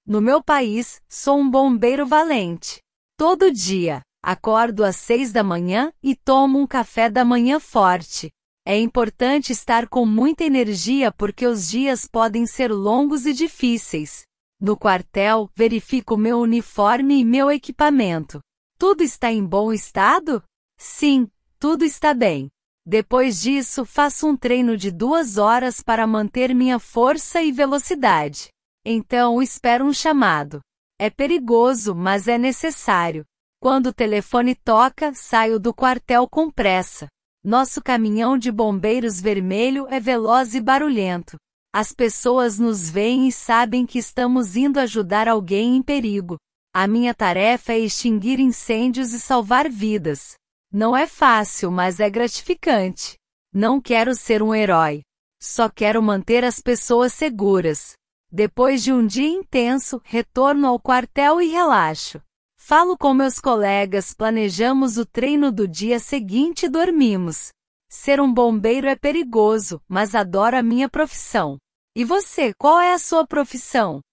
No meu país, sou um bombeiro valente. Todo dia, acordo às 6 da manhã e tomo um café da manhã forte. É importante estar com muita energia porque os dias podem ser longos e difíceis. No quartel, verifico meu uniforme e meu equipamento. Tudo está em bom estado? Sim, tudo está bem. Depois disso, faço um treino de 2 horas para manter minha força e velocidade. Então, espero um chamado. É perigoso, mas é necessário. Quando o telefone toca, saio do quartel com pressa. Nosso caminhão de bombeiros vermelho é veloz e barulhento. As pessoas nos veem e sabem que estamos indo ajudar alguém em perigo. A minha tarefa é extinguir incêndios e salvar vidas. Não é fácil, mas é gratificante. Não quero ser um herói. Só quero manter as pessoas seguras. Depois de um dia intenso, retorno ao quartel e relaxo. Falo com meus colegas, planejamos o treino do dia seguinte e dormimos. Ser um bombeiro é perigoso, mas adoro a minha profissão. E você, qual é a sua profissão?